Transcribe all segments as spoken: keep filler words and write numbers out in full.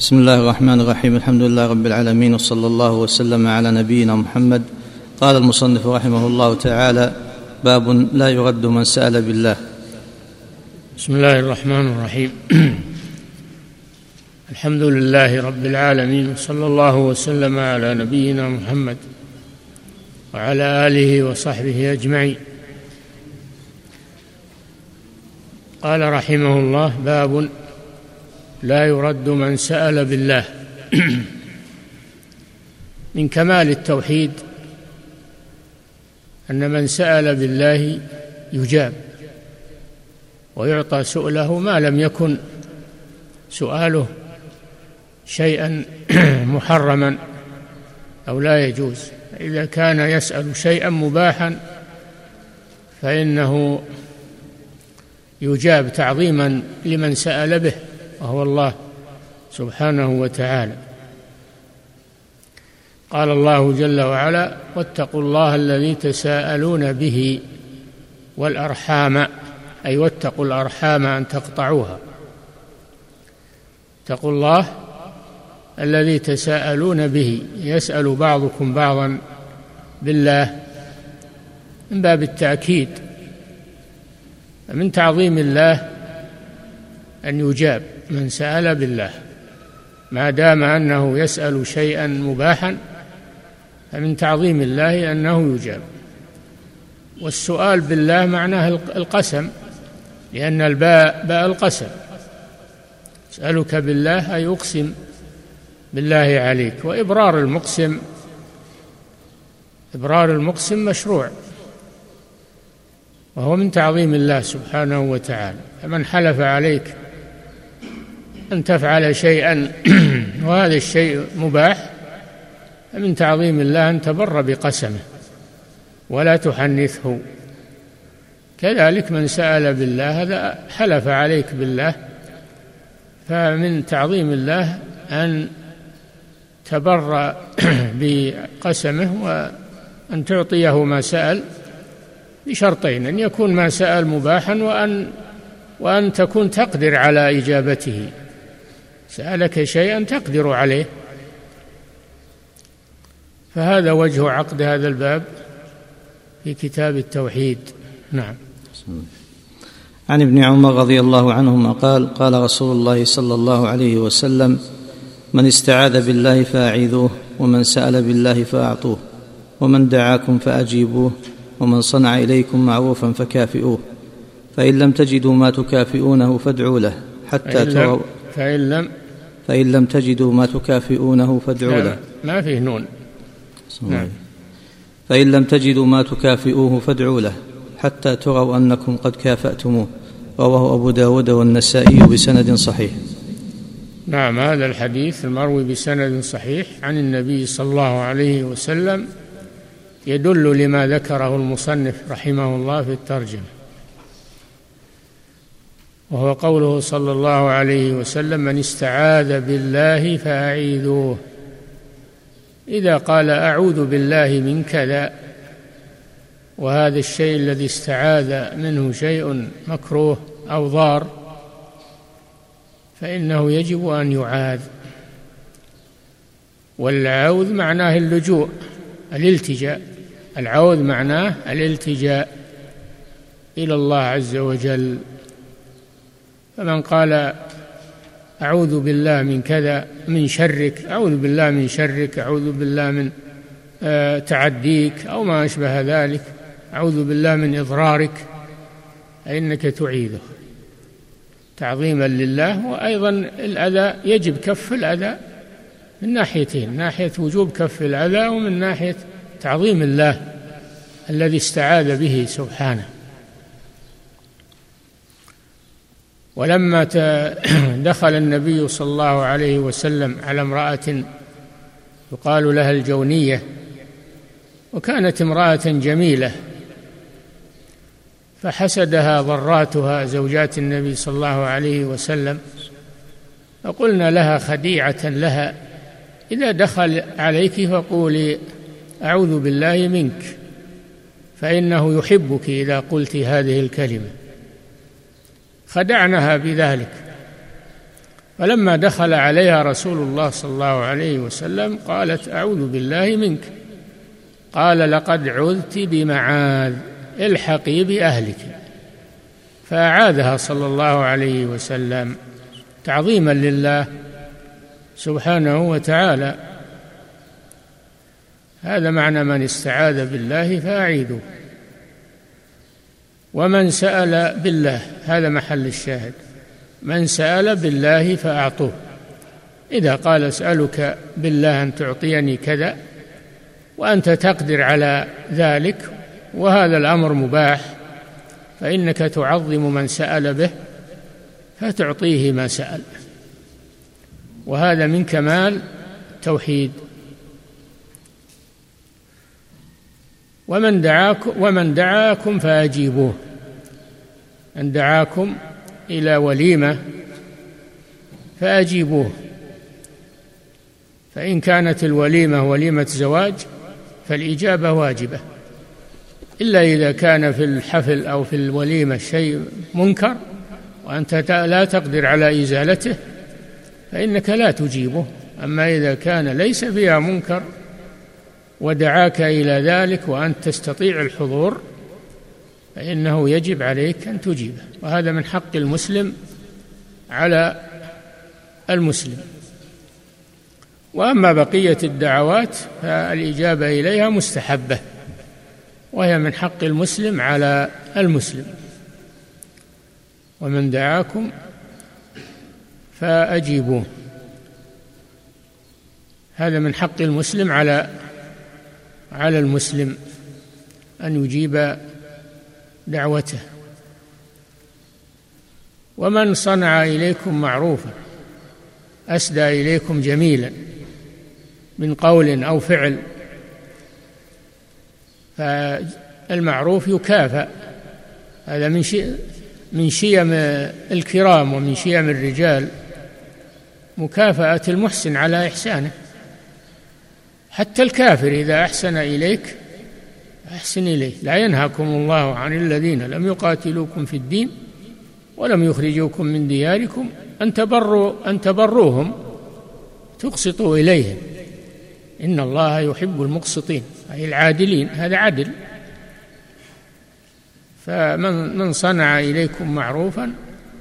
بسم الله الرحمن الرحيم. الحمد لله رب العالمين، وصلى الله وسلم على نبينا محمد. قال المصنف رحمه الله تعالى: باب لا يرد من سأل بالله. بسم الله الرحمن الرحيم. الحمد لله رب العالمين، وصلى الله وسلم على نبينا محمد وعلى آله وصحبه أجمعين. قال رحمه الله: باب لا يرد من سأل بالله. من كمال التوحيد أن من سأل بالله يجاب ويعطى سؤله ما لم يكن سؤاله شيئا محرما أو لا يجوز. إذا كان يسأل شيئا مباحا فإنه يجاب تعظيما لمن سأل به، وهو الله سبحانه وتعالى. قال الله جل وعلا: واتقوا الله الذي تساءلون به والأرحام، أي واتقوا الأرحام أن تقطعوها. اتقوا الله الذي تساءلون به، يسأل بعضكم بعضا بالله من باب التأكيد. من تعظيم الله أن يجاب من سأل بالله، ما دام أنه يسأل شيئا مباحا فمن تعظيم الله أنه يجاب. والسؤال بالله معناه القسم، لأن الباء باء القسم. أسألك بالله أي أقسم بالله عليك. وإبرار المقسم إبرار المقسم مشروع، وهو من تعظيم الله سبحانه وتعالى. فمن حلف عليك أن تفعل شيئا وهذا الشيء مباح فمن تعظيم الله أن تبر بقسمه ولا تحنثه. كذلك من سأل بالله هذا حلف عليك بالله، فمن تعظيم الله أن تبر بقسمه وأن تعطيه ما سأل، بشرطين: أن يكون ما سأل مباحا، وأن وأن تكون تقدر على إجابته. سألك شيئا تقدر عليه. فهذا وجه عقد هذا الباب في كتاب التوحيد. نعم. عن ابن عمر رضي الله عنهما قال: قال رسول الله صلى الله عليه وسلم: من استعاذ بالله فأعيذوه، ومن سأل بالله فأعطوه، ومن دعاكم فأجيبوه، ومن صنع إليكم معروفا فكافئوه، فإن لم تجدوا ما تكافئونه فادعوا له حتى تروا فإن لم فإن لم تجدوا ما تكافئونه فادعوا له. ما فيه نون. نعم. فإن لم تجدوا ما تكافئوه فادعوا له حتى تروا أنكم قد كافأتموه. رواه أبو داود والنسائي بسند صحيح. نعم، هذا الحديث المروي بسند صحيح عن النبي صلى الله عليه وسلم يدل لما ذكره المصنف رحمه الله في الترجمة، وهو قوله صلى الله عليه وسلم: من استعاذ بالله فأعيذوه. إذا قال أعوذ بالله من كذا، وهذا الشيء الذي استعاذ منه شيء مكروه أو ضار، فإنه يجب أن يعاذ. والعوذ معناه اللجوء، الالتجاء. العوذ معناه الالتجاء إلى الله عز وجل. فمن قال أعوذ بالله من كذا، من شرك، أعوذ بالله من شرك، أعوذ بالله من آه تعديك أو ما أشبه ذلك، أعوذ بالله من إضرارك، فإنك تعيذه تعظيما لله. وأيضا الأذى يجب كف الأذى من ناحيتين: من ناحية وجوب كف الأذى، ومن ناحية تعظيم الله الذي استعاذ به سبحانه. ولما دخل النبي صلى الله عليه وسلم على امرأة يقال لها الجونية، وكانت امرأة جميلة، فحسدها ضراتها زوجات النبي صلى الله عليه وسلم، فقلنا لها خديعة لها: إذا دخل عليك فقولي أعوذ بالله منك، فإنه يحبك إذا قلت هذه الكلمة. خدعنها بذلك، فلما دخل عليها رسول الله صلى الله عليه وسلم قالت: أعوذ بالله منك. قال: لقد عذت بمعاذ، الحقي بأهلك. فأعاذها صلى الله عليه وسلم تعظيما لله سبحانه وتعالى. هذا معنى من استعاذ بالله فأعيذوه. ومن سأل بالله، هذا محل الشاهد، من سأل بالله فأعطوه. إذا قال: أسألك بالله أن تعطيني كذا، وأنت تقدر على ذلك وهذا الأمر مباح، فإنك تعظم من سأل به فتعطيه ما سأل، وهذا من كمال التوحيد. ومن دعاكم ومن دعاكم فأجيبوه، من دعاكم إلى وليمة فأجيبوه. فإن كانت الوليمة وليمة زواج فالإجابة واجبة، إلا إذا كان في الحفل أو في الوليمة شيء منكر وأنت لا تقدر على إزالته فإنك لا تجيبه. أما إذا كان ليس فيها منكر ودعاك إلى ذلك وأنت تستطيع الحضور فإنه يجب عليك أن تجيبه، وهذا من حق المسلم على المسلم. وأما بقية الدعوات فالإجابة إليها مستحبة، وهي من حق المسلم على المسلم. ومن دعاكم فأجيبوه، هذا من حق المسلم على على المسلم أن يجيب دعوته. ومن صنع إليكم معروفا، أسدى إليكم جميلا من قول أو فعل، فالمعروف يكافأ، هذا من شيء من شيم الكرام ومن شيم الرجال، مكافأة المحسن على إحسانه. حتى الكافر إذا أحسن إليك أحسن إليه. لا ينهاكم الله عن الذين لم يقاتلوكم في الدين ولم يخرجوكم من دياركم أن تبروا أن تبروهم تقسطوا إليهم إن الله يحب المقسطين، أي العادلين، هذا عدل. فمن من صنع إليكم معروفا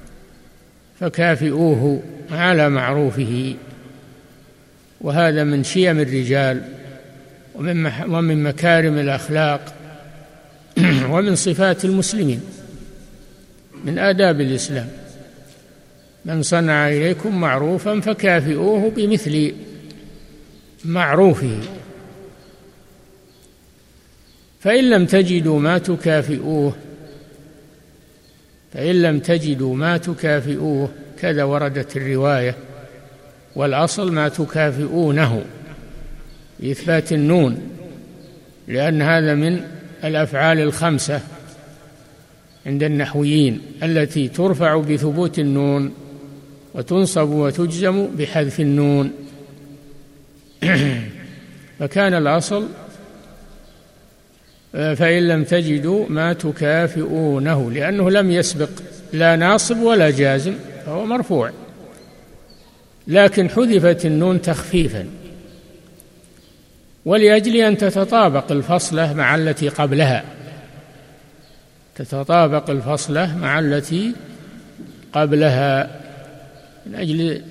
فكافئوه على معروفه، وهذا من شيم الرجال ومن مكارم الأخلاق ومن صفات المسلمين، من آداب الإسلام. من صنع إليكم معروفا فكافئوه بمثل معروفه، فإن لم تجدوا ما تكافئوه فإن لم تجدوا ما تكافئوه كذا وردت الرواية، والأصل ما تكافئونه بإثبات النون، لأن هذا من الأفعال الخمسة عند النحويين التي ترفع بثبوت النون وتنصب وتجزم بحذف النون. فكان الأصل فإن لم تجدوا ما تكافئونه، لأنه لم يسبق لا ناصب ولا جازم فهو مرفوع، لكن حذفت النون تخفيفا ولأجل أن تتطابق الفصلة مع التي قبلها، تتطابق الفصلة مع التي قبلها من أجل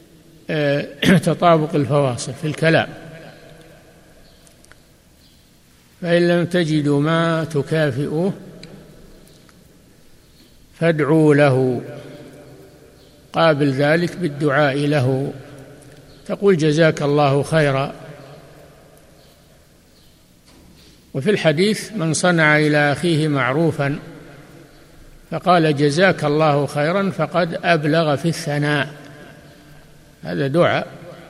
تطابق الفواصل في الكلام. فإن لم تجدوا ما تكافئوه فادعوا له، قابل ذلك بالدعاء له، تقول جزاك الله خيرا. وفي الحديث من صنع إلى أخيه معروفا فقال جزاك الله خيرا فقد أبلغ في الثناء، هذا دعاء.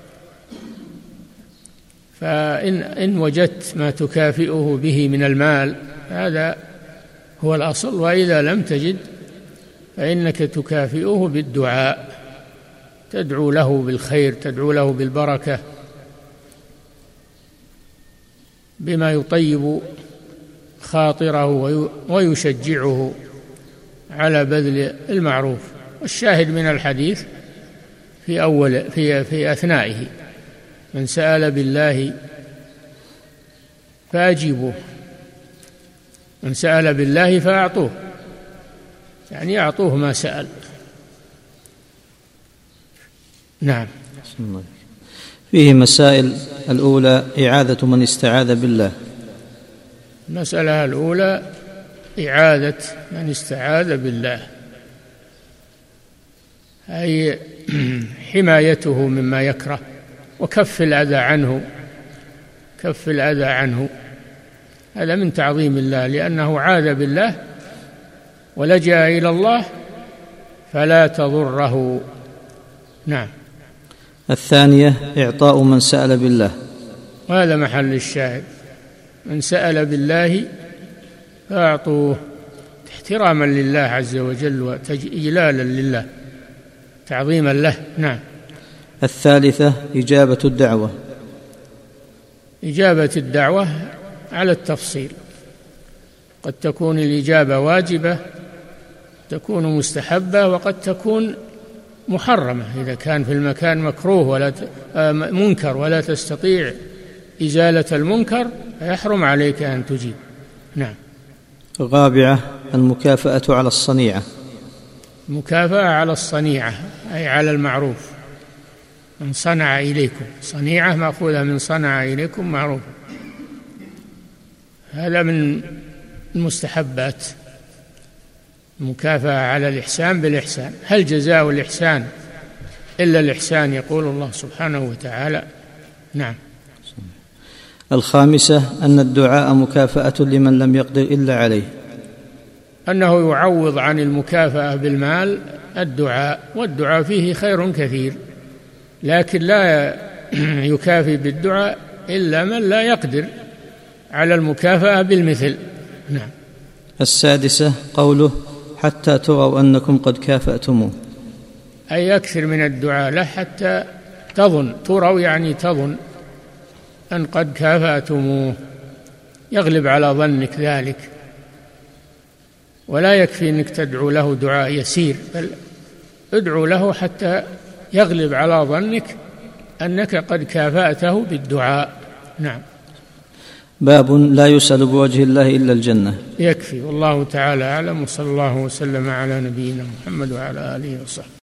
فإن إن وجدت ما تكافئه به من المال هذا هو الأصل، وإذا لم تجد فإنك تكافئه بالدعاء، تدعو له بالخير، تدعو له بالبركة، بما يطيب خاطره ويشجعه على بذل المعروف. والشاهد من الحديث في أول في في أثنائه: من سأل بالله فأجيبوه، من سأل بالله فأعطوه، يعني أعطوه ما سأل. نعم. فيه مسائل. الأولى إعادة من استعاذ بالله. المسألة الأولى إعادة من استعاذ بالله، أي حمايته مما يكره وكف الأذى عنه، كف الأذى عنه. هذا من تعظيم الله، لأنه عاذ بالله ولجأ إلى الله فلا تضره. نعم. الثانية إعطاء من سأل بالله، وهذا محل الشاهد: من سأل بالله فأعطوه، احتراما لله عز وجل وإجلالا لله، تعظيما له. نعم. الثالثة إجابة الدعوة. إجابة الدعوة على التفصيل، قد تكون الإجابة واجبة، تكون مستحبة، وقد تكون محرمة إذا كان في المكان مكروه ولا ت... منكر ولا تستطيع إزالة المنكر فيحرم عليك أن تجيب. نعم. الرابعة المكافأة على الصنيعة. مكافأة على الصنيعة أي على المعروف. من صنع إليكم، صنيعة مأخوذة من صنع إليكم معروفا، هذا من المستحبات. مكافأة على الإحسان بالإحسان. هل جزاء الإحسان إلا الإحسان؟ يقول الله سبحانه وتعالى. نعم. الخامسة أن الدعاء مكافأة لمن لم يقدر إلا عليه، أنه يعوض عن المكافأة بالمال الدعاء، والدعاء فيه خير كثير، لكن لا يكافي بالدعاء إلا من لا يقدر على المكافأة بالمثل. نعم. السادسة قوله حتى تروا أنكم قد كافأتموه، أي أكثر من الدعاء له حتى تظن، تروا يعني تظن أن قد كافأتموه، يغلب على ظنك ذلك، ولا يكفي أنك تدعو له دعاء يسير، بل ادعو له حتى يغلب على ظنك أنك قد كافأته بالدعاء. نعم. باب لا يسأل بوجه الله إلا الجنة. يكفي، والله تعالى أعلم، وصلى الله وسلم على نبينا محمد وعلى آله وصحبه.